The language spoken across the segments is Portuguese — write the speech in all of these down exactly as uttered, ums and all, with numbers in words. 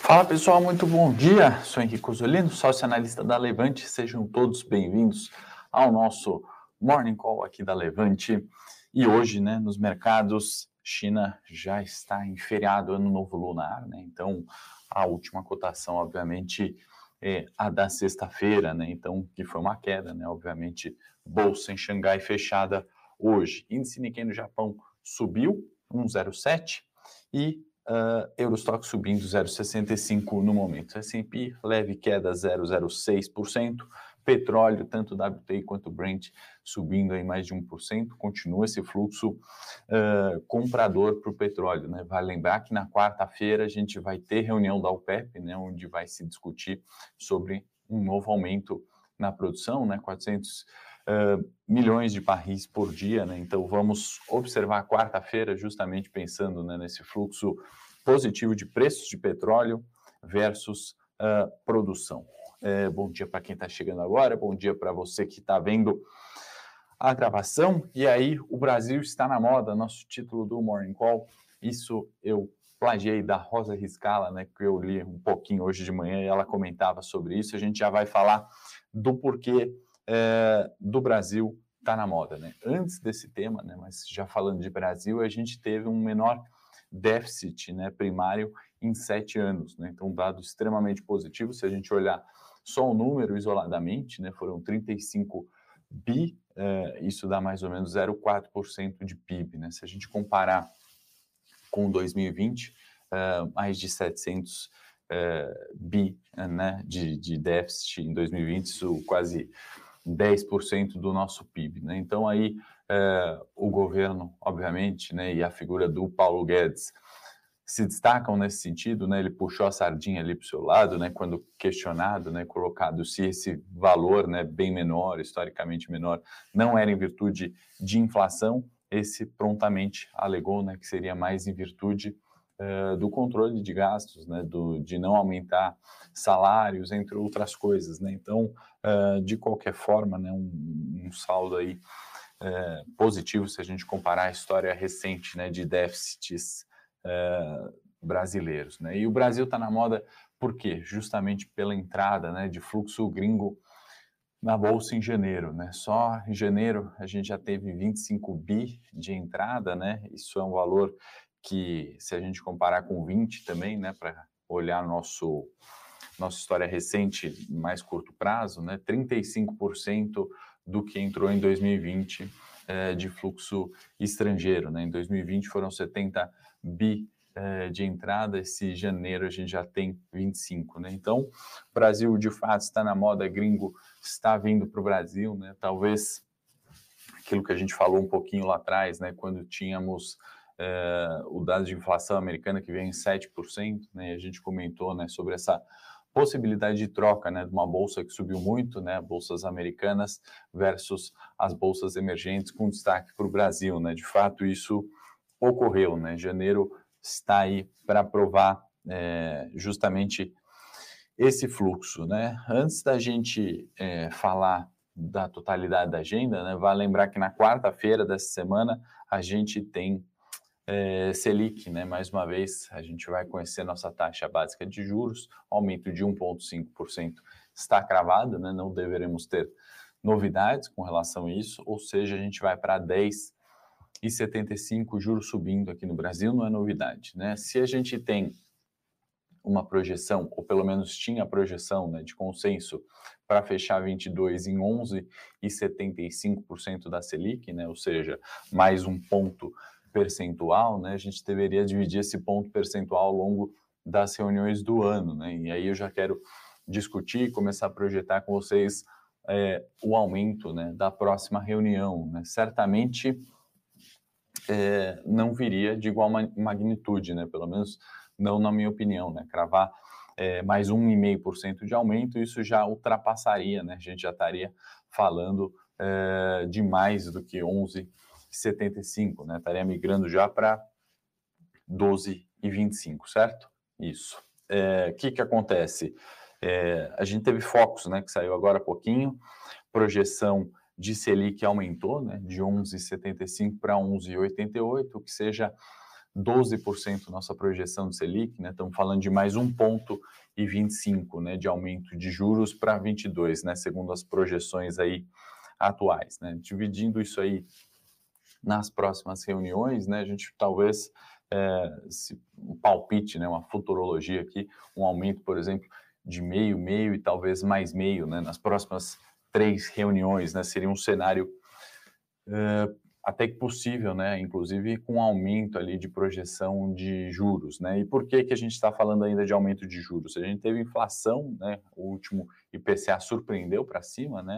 Fala pessoal, muito bom dia. Sou Henrique Osolino, sócio analista da Levante. Sejam todos bem-vindos ao nosso Morning Call aqui da Levante. E hoje, né, nos mercados, China já está em feriado Ano Novo Lunar, né? Então, a última cotação, obviamente, é a da sexta-feira, né? Então, que foi uma queda, né? Obviamente, bolsa em Xangai fechada hoje. Índice Nikkei no Japão subiu um vírgula zero sete e Uh, Eurostock subindo zero vírgula sessenta e cinco no momento. S e P, leve queda zero vírgula zero seis por cento. Petróleo, tanto W T I quanto Brent, subindo aí mais de um por cento. Continua esse fluxo uh, comprador para o petróleo, né? Vale lembrar que na quarta-feira a gente vai ter reunião da OPEP, né? Onde vai se discutir sobre um novo aumento na produção, né? quatrocentos Uh, milhões de barris por dia, né? Então vamos observar a quarta-feira justamente pensando, né, nesse fluxo positivo de preços de petróleo versus uh, produção. É, bom dia para quem está chegando agora, bom dia para você que está vendo a gravação. E aí, o Brasil está na moda, nosso título do Morning Call. Isso eu plagiei da Rosa Riscala, né, que eu li um pouquinho hoje de manhã e ela comentava sobre isso. A gente já vai falar do porquê É, do Brasil está na moda, né? Antes desse tema, né, mas já falando de Brasil, a gente teve um menor déficit, né, primário em sete anos, né? Então, um dado extremamente positivo. Se a gente olhar só o número isoladamente, né, foram trinta e cinco bi, é, isso dá mais ou menos zero vírgula quatro por cento de P I B, né? Se a gente comparar com dois mil e vinte, é, mais de setecentos é, bi, né, de, de déficit em dois mil e vinte, isso quase dez por cento do nosso P I B, né? Então aí é, o governo, obviamente, né, e a figura do Paulo Guedes se destacam nesse sentido, né? Ele puxou a sardinha ali para o seu lado, né? Quando questionado, né, colocado se esse valor, né, bem menor, historicamente menor, não era em virtude de inflação, esse prontamente alegou, né, que seria mais em virtude Uh, do controle de gastos, né, do, de não aumentar salários, entre outras coisas, né? Então, uh, de qualquer forma, né, um, um saldo aí uh, positivo se a gente comparar a história recente, né, de déficits uh, brasileiros, né? E o Brasil está na moda por quê? Justamente pela entrada, né, de fluxo gringo na bolsa em janeiro, né? Só em janeiro a gente já teve vinte e cinco bi de entrada, né? Isso é um valor que, se a gente comparar com vinte também, né, para olhar nosso, nossa história recente, mais curto prazo, né, trinta e cinco por cento do que entrou em dois mil e vinte é, de fluxo estrangeiro, né? Em dois mil e vinte foram setenta bi é, de entrada, esse janeiro a gente já tem vinte e cinco, né? Então, o Brasil, de fato, está na moda, gringo está vindo para o Brasil, né? Talvez aquilo que a gente falou um pouquinho lá atrás, né, quando tínhamos Uh, o dado de inflação americana que veio em sete por cento, né, e a gente comentou, né, sobre essa possibilidade de troca, né, de uma bolsa que subiu muito, né, bolsas americanas versus as bolsas emergentes, com destaque para o Brasil, né, de fato isso ocorreu, né, janeiro está aí para provar é, justamente esse fluxo, né. Antes da gente é, falar da totalidade da agenda, né, vale lembrar que na quarta-feira dessa semana a gente tem É, Selic, né? Mais uma vez, a gente vai conhecer nossa taxa básica de juros, aumento de um vírgula cinco por cento está cravado, né? Não deveremos ter novidades com relação a isso, ou seja, a gente vai para dez vírgula setenta e cinco, juros subindo aqui no Brasil, não é novidade, né? Se a gente tem uma projeção, ou pelo menos tinha a projeção, né, de consenso para fechar vinte e dois em onze vírgula setenta e cinco por cento da Selic, né? Ou seja, mais um ponto percentual, né, a gente deveria dividir esse ponto percentual ao longo das reuniões do ano, né, e aí eu já quero discutir, começar a projetar com vocês é, o aumento, né, da próxima reunião, né, certamente é, não viria de igual magnitude, né, pelo menos não na minha opinião, né, cravar é, mais um vírgula cinco por cento de aumento, isso já ultrapassaria, né, a gente já estaria falando é, de mais do que onze vírgula setenta e cinco, né? Estaria migrando já para doze vírgula vinte e cinco, certo? Isso. O é, que que acontece? É, a gente teve Focus, né, que saiu agora há pouquinho, projeção de Selic aumentou, né, de onze vírgula setenta e cinco para onze vírgula oitenta e oito, o que seja doze por cento nossa projeção de Selic, né? Estamos falando de mais um ponto e vinte e cinco, né, de aumento de juros para vinte e dois, né, segundo as projeções aí atuais, né? Dividindo isso aí nas próximas reuniões, né, a gente talvez é, se, um palpite, né, uma futurologia aqui, um aumento, por exemplo, de meio, meio e talvez mais meio, né, nas próximas três reuniões, né, seria um cenário é, até que possível, né, inclusive com aumento ali de projeção de juros, né, e por que que a gente está falando ainda de aumento de juros? A gente teve inflação, né, o último I P C A surpreendeu para cima, né,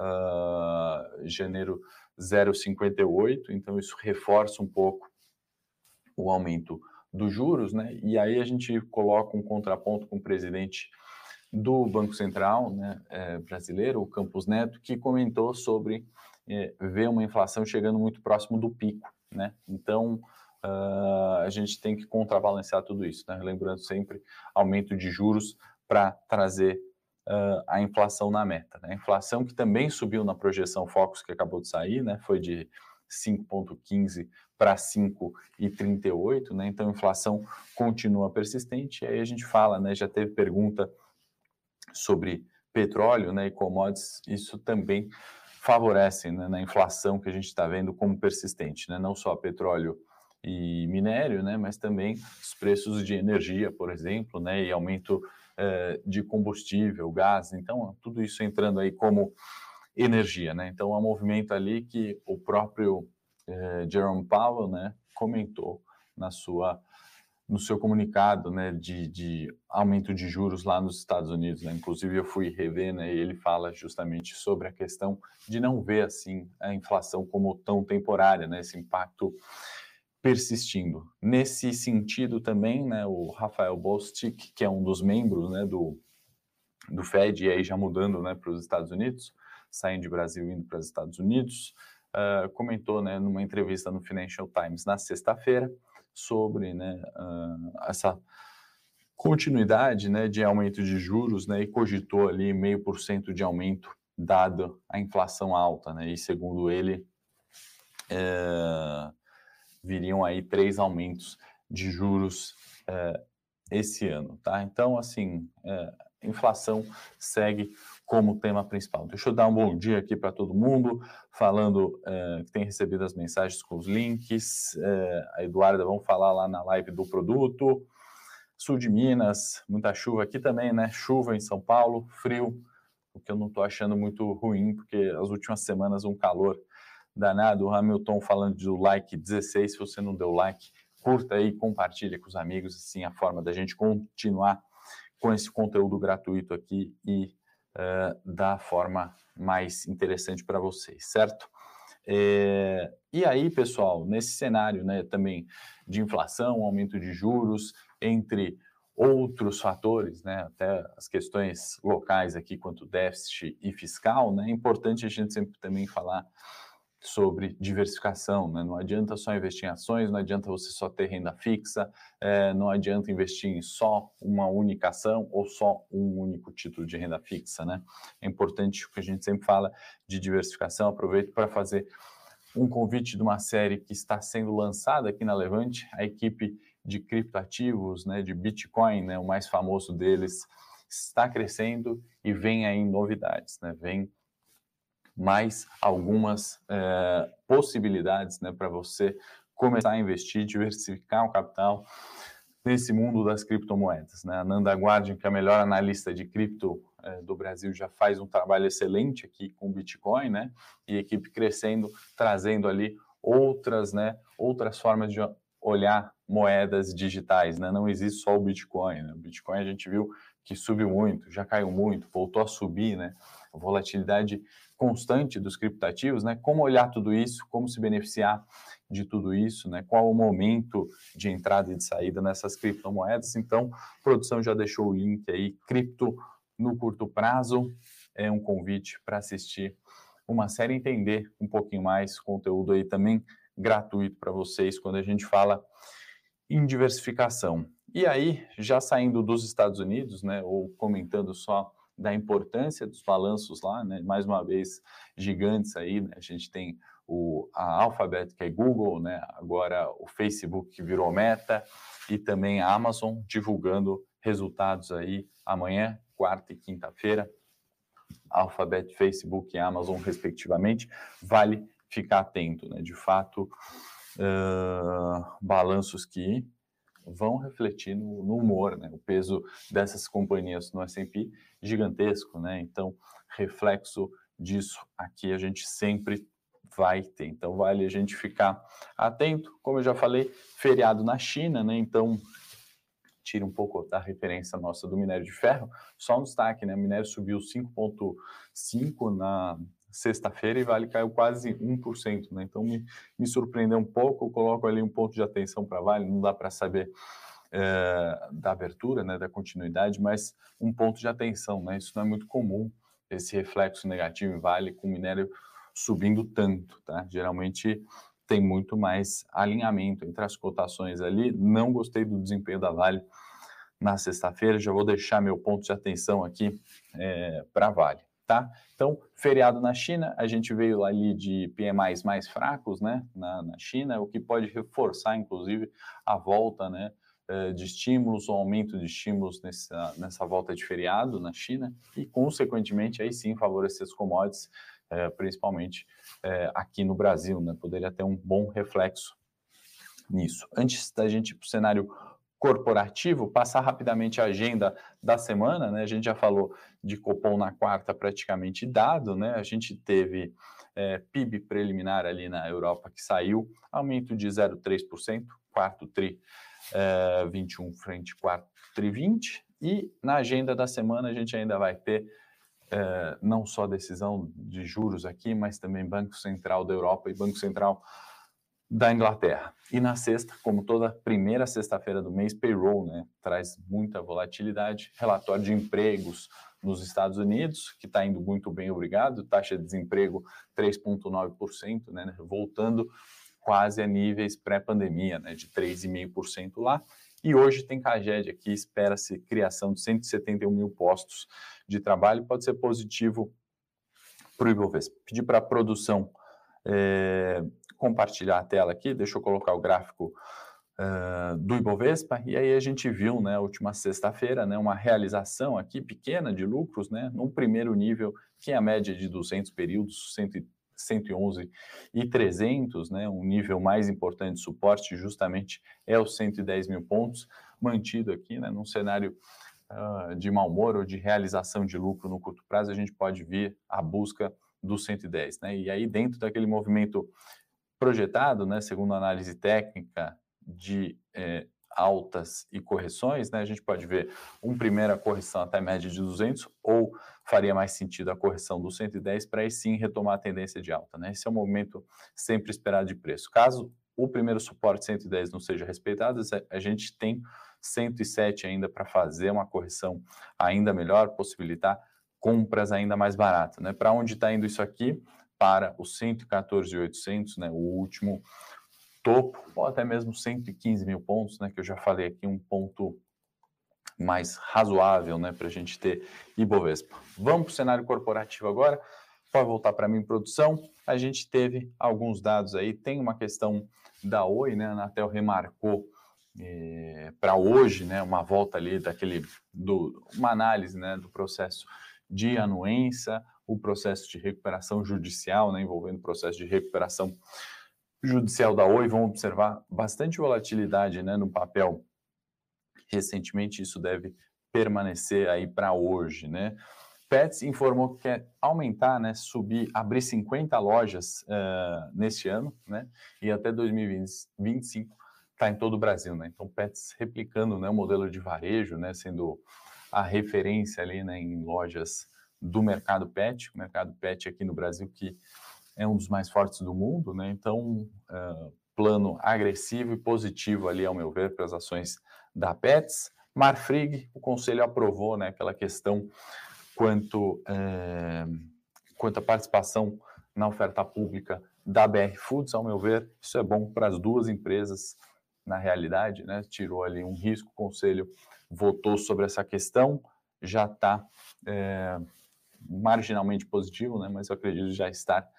uh, janeiro zero vírgula cinquenta e oito, então isso reforça um pouco o aumento dos juros, né, e aí a gente coloca um contraponto com o presidente do Banco Central, né, é, brasileiro, o Campos Neto, que comentou sobre é, ver uma inflação chegando muito próximo do pico, né? Então, uh, a gente tem que contrabalancear tudo isso, né? Lembrando sempre aumento de juros para trazer uh, a inflação na meta, né? A inflação que também subiu na projeção Focus, que acabou de sair, né? Foi de cinco vírgula quinze para cinco vírgula trinta e oito, né? Então, a inflação continua persistente. E aí a gente fala, né? Já teve pergunta sobre petróleo, né, e commodities, isso também favorece, né, na inflação que a gente está vendo como persistente, né, não só petróleo e minério, né, mas também os preços de energia, por exemplo, né, e aumento eh, de combustível, gás, então tudo isso entrando aí como energia, né, então é um movimento ali que o próprio eh, Jerome Powell, né, comentou na sua no seu comunicado, né, de, de aumento de juros lá nos Estados Unidos, né? Inclusive eu fui rever, né, e ele fala justamente sobre a questão de não ver, assim, a inflação como tão temporária, né, esse impacto persistindo. Nesse sentido também, né, o Rafael Bostic, que é um dos membros, né, do, do Fed, e aí já mudando, né, para os Estados Unidos, saindo de Brasil e indo para os Estados Unidos, uh, comentou, né, numa entrevista no Financial Times na sexta-feira, sobre, né, uh, essa continuidade, né, de aumento de juros, né, e cogitou ali meio por cento de aumento dado a inflação alta, né, e segundo ele é, viriam aí três aumentos de juros é, esse ano, tá? Então, assim, é, inflação segue como tema principal. Deixa eu dar um bom dia aqui para todo mundo, falando é, que tem recebido as mensagens com os links. É, a Eduarda, vamos falar lá na live do produto. Sul de Minas, muita chuva aqui também, né? Chuva em São Paulo, frio, o que eu não estou achando muito ruim, porque as últimas semanas um calor danado. O Hamilton falando do like dezesseis, se você não deu like, curta aí, compartilha com os amigos, assim, a forma da gente continuar com esse conteúdo gratuito aqui e uh, da forma mais interessante para vocês, certo? É, e aí, pessoal, nesse cenário, né, também de inflação, aumento de juros, entre outros fatores, né, até as questões locais aqui quanto déficit e fiscal, né, é importante a gente sempre também falar sobre diversificação, né? Não adianta só investir em ações, não adianta você só ter renda fixa, é, não adianta investir em só uma única ação ou só um único título de renda fixa, né? É importante o que a gente sempre fala de diversificação. Aproveito para fazer um convite de uma série que está sendo lançada aqui na Levante, a equipe de criptoativos, né, de Bitcoin, né, o mais famoso deles, está crescendo e vem aí novidades, né? Vem mais algumas é, possibilidades, né, para você começar a investir, diversificar o capital nesse mundo das criptomoedas, né? A Nanda Guardian, que é a melhor analista de cripto é, do Brasil, já faz um trabalho excelente aqui com o Bitcoin, né? E a equipe crescendo, trazendo ali outras, né, outras formas de olhar moedas digitais, né? Não existe só o Bitcoin, né? O Bitcoin a gente viu que subiu muito, já caiu muito, voltou a subir, né? A volatilidade constante dos criptativos, né? Como olhar tudo isso, como se beneficiar de tudo isso, né? Qual o momento de entrada e de saída nessas criptomoedas? Então, a produção já deixou o link aí, cripto no curto prazo, é um convite para assistir uma série, entender um pouquinho mais, conteúdo aí também gratuito para vocês quando a gente fala em diversificação. E aí, já saindo dos Estados Unidos, né, ou comentando só da importância dos balanços lá, né, mais uma vez gigantes aí, né, a gente tem o, a Alphabet, que é Google, né? Agora o Facebook, que virou Meta, e também a Amazon divulgando resultados aí amanhã, quarta e quinta-feira. Alphabet, Facebook e Amazon, respectivamente. Vale ficar atento, né? De fato, uh, balanços que vão refletir no, no humor, né? O peso dessas companhias no S and P gigantesco, né? Então, reflexo disso aqui a gente sempre vai ter. Então, vale a gente ficar atento. Como eu já falei, feriado na China, né? Então, tira um pouco da referência nossa do minério de ferro. Só um destaque, né? O minério subiu cinco vírgula cinco na sexta-feira e Vale caiu quase um por cento, né? Então, me, me surpreendeu um pouco. Eu coloco ali um ponto de atenção para Vale, não dá para saber é, da abertura, né, da continuidade, mas um ponto de atenção, né? Isso não é muito comum, esse reflexo negativo em Vale com o minério subindo tanto, tá? Geralmente tem muito mais alinhamento entre as cotações ali. Não gostei do desempenho da Vale na sexta-feira, já vou deixar meu ponto de atenção aqui é, para Vale, tá? Então, feriado na China, a gente veio ali de P M Is mais fracos, né, na, na China, o que pode reforçar, inclusive, a volta, né, de estímulos, o aumento de estímulos nessa, nessa volta de feriado na China e, consequentemente, aí sim favorecer as commodities, é, principalmente é, aqui no Brasil, né? Poderia ter um bom reflexo nisso. Antes da gente ir para o cenário corporativo, passar rapidamente a agenda da semana, né? A gente já falou de Copom na quarta praticamente dado, né? A gente teve é, P I B preliminar ali na Europa que saiu, aumento de zero vírgula três por cento, quarto tri, é, vinte e um frente quarto tri vinte, e na agenda da semana a gente ainda vai ter é, não só decisão de juros aqui, mas também Banco Central da Europa e Banco Central da Inglaterra. E na sexta, como toda primeira sexta-feira do mês, payroll, né, traz muita volatilidade, relatório de empregos nos Estados Unidos, que está indo muito bem, obrigado, taxa de desemprego três vírgula nove por cento, né, voltando quase a níveis pré-pandemia, né, de três vírgula cinco por cento lá. E hoje tem Caged aqui, espera-se criação de cento e setenta e um mil postos de trabalho, pode ser positivo para o Ibovespa. Pedir para a produção é, compartilhar a tela aqui, deixa eu colocar o gráfico uh, do Ibovespa, e aí a gente viu, né, última sexta-feira, né, uma realização aqui pequena de lucros, né, num primeiro nível, que é a média de duzentos períodos, cento e onze e trezentos, né, um nível mais importante de suporte justamente é os cento e dez mil pontos, mantido aqui, né, num cenário uh, de mau humor ou de realização de lucro no curto prazo, a gente pode vir a busca dos cento e dez, né, e aí dentro daquele movimento projetado, né, segundo a análise técnica de é, altas e correções, né, a gente pode ver uma primeira correção até média de duzentos, ou faria mais sentido a correção do cento e dez para aí sim retomar a tendência de alta, né? Esse é o movimento sempre esperado de preço. Caso o primeiro suporte cento e dez não seja respeitado, a gente tem cento e sete ainda para fazer uma correção ainda melhor, possibilitar compras ainda mais baratas, né? Para onde está indo isso aqui? Para os cento e quatorze mil e oitocentos, né, o último topo, ou até mesmo cento e quinze mil pontos, né, que eu já falei aqui, um ponto mais razoável, né, para a gente ter Ibovespa. Vamos para o cenário corporativo agora, pode voltar para mim, produção. A gente teve alguns dados aí, tem uma questão da Oi, né, a Anatel remarcou eh, para hoje, né, uma volta ali daquele, do, uma análise, né, do processo de anuência, o processo de recuperação judicial, né, envolvendo o processo de recuperação judicial da Oi. Vão observar bastante volatilidade, né, no papel recentemente, isso deve permanecer aí para hoje, né. Petz informou que quer aumentar, né, subir, abrir cinquenta lojas uh, neste ano, né, e até dois mil e vinte e cinco está em todo o Brasil, né. Então, Petz replicando, né, o modelo de varejo, né, sendo a referência ali, né, em lojas do mercado pet, o mercado pet aqui no Brasil que é um dos mais fortes do mundo, né? Então, uh, plano agressivo e positivo ali, ao meu ver, para as ações da Petz. Marfrig, o conselho aprovou, né, aquela questão quanto, é, quanto à participação na oferta pública da B R Foods, ao meu ver, isso é bom para as duas empresas, na realidade, né? Tirou ali um risco, o conselho votou sobre essa questão, já está é, marginalmente positivo, né? Mas eu acredito já estar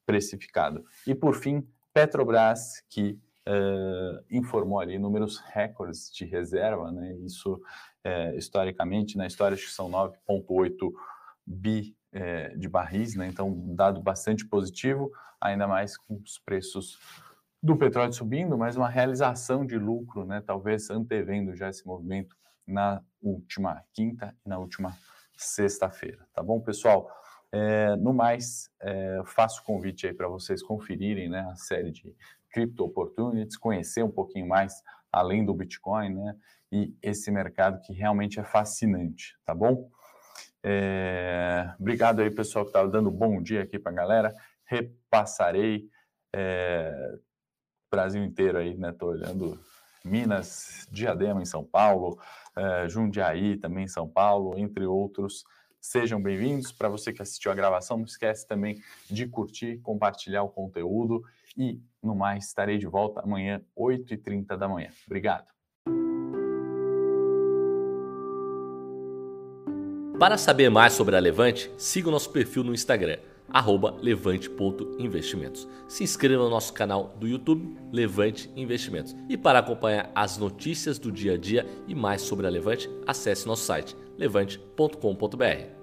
precificado. E por fim, Petrobras, que uh, informou ali números recordes de reserva, né? Isso uh, historicamente, na história, acho que são nove vírgula oito bi uh, de barris, né? Então, um dado bastante positivo, ainda mais com os preços do petróleo subindo, mas uma realização de lucro, né? Talvez antevendo já esse movimento na última quinta e na última sexta-feira, tá bom, pessoal? É, no mais, é, faço o convite aí para vocês conferirem, né, a série de Crypto Opportunities, conhecer um pouquinho mais além do Bitcoin, né, e esse mercado que realmente é fascinante, tá bom? É, obrigado aí, pessoal, que estava dando um bom dia aqui para a galera. Repassarei é, Brasil inteiro aí, né, tô olhando Minas, Diadema em São Paulo, é, Jundiaí também em São Paulo, entre outros. Sejam bem-vindos. Para você que assistiu a gravação, não esquece também de curtir, compartilhar o conteúdo e, no mais, estarei de volta amanhã, oito e trinta da manhã. Obrigado. Para saber mais sobre a Levante, siga o nosso perfil no Instagram, arroba levante ponto investimentos. Se inscreva no nosso canal do YouTube, Levante Investimentos. E para acompanhar as notícias do dia a dia e mais sobre a Levante, acesse nosso site levante ponto com ponto br.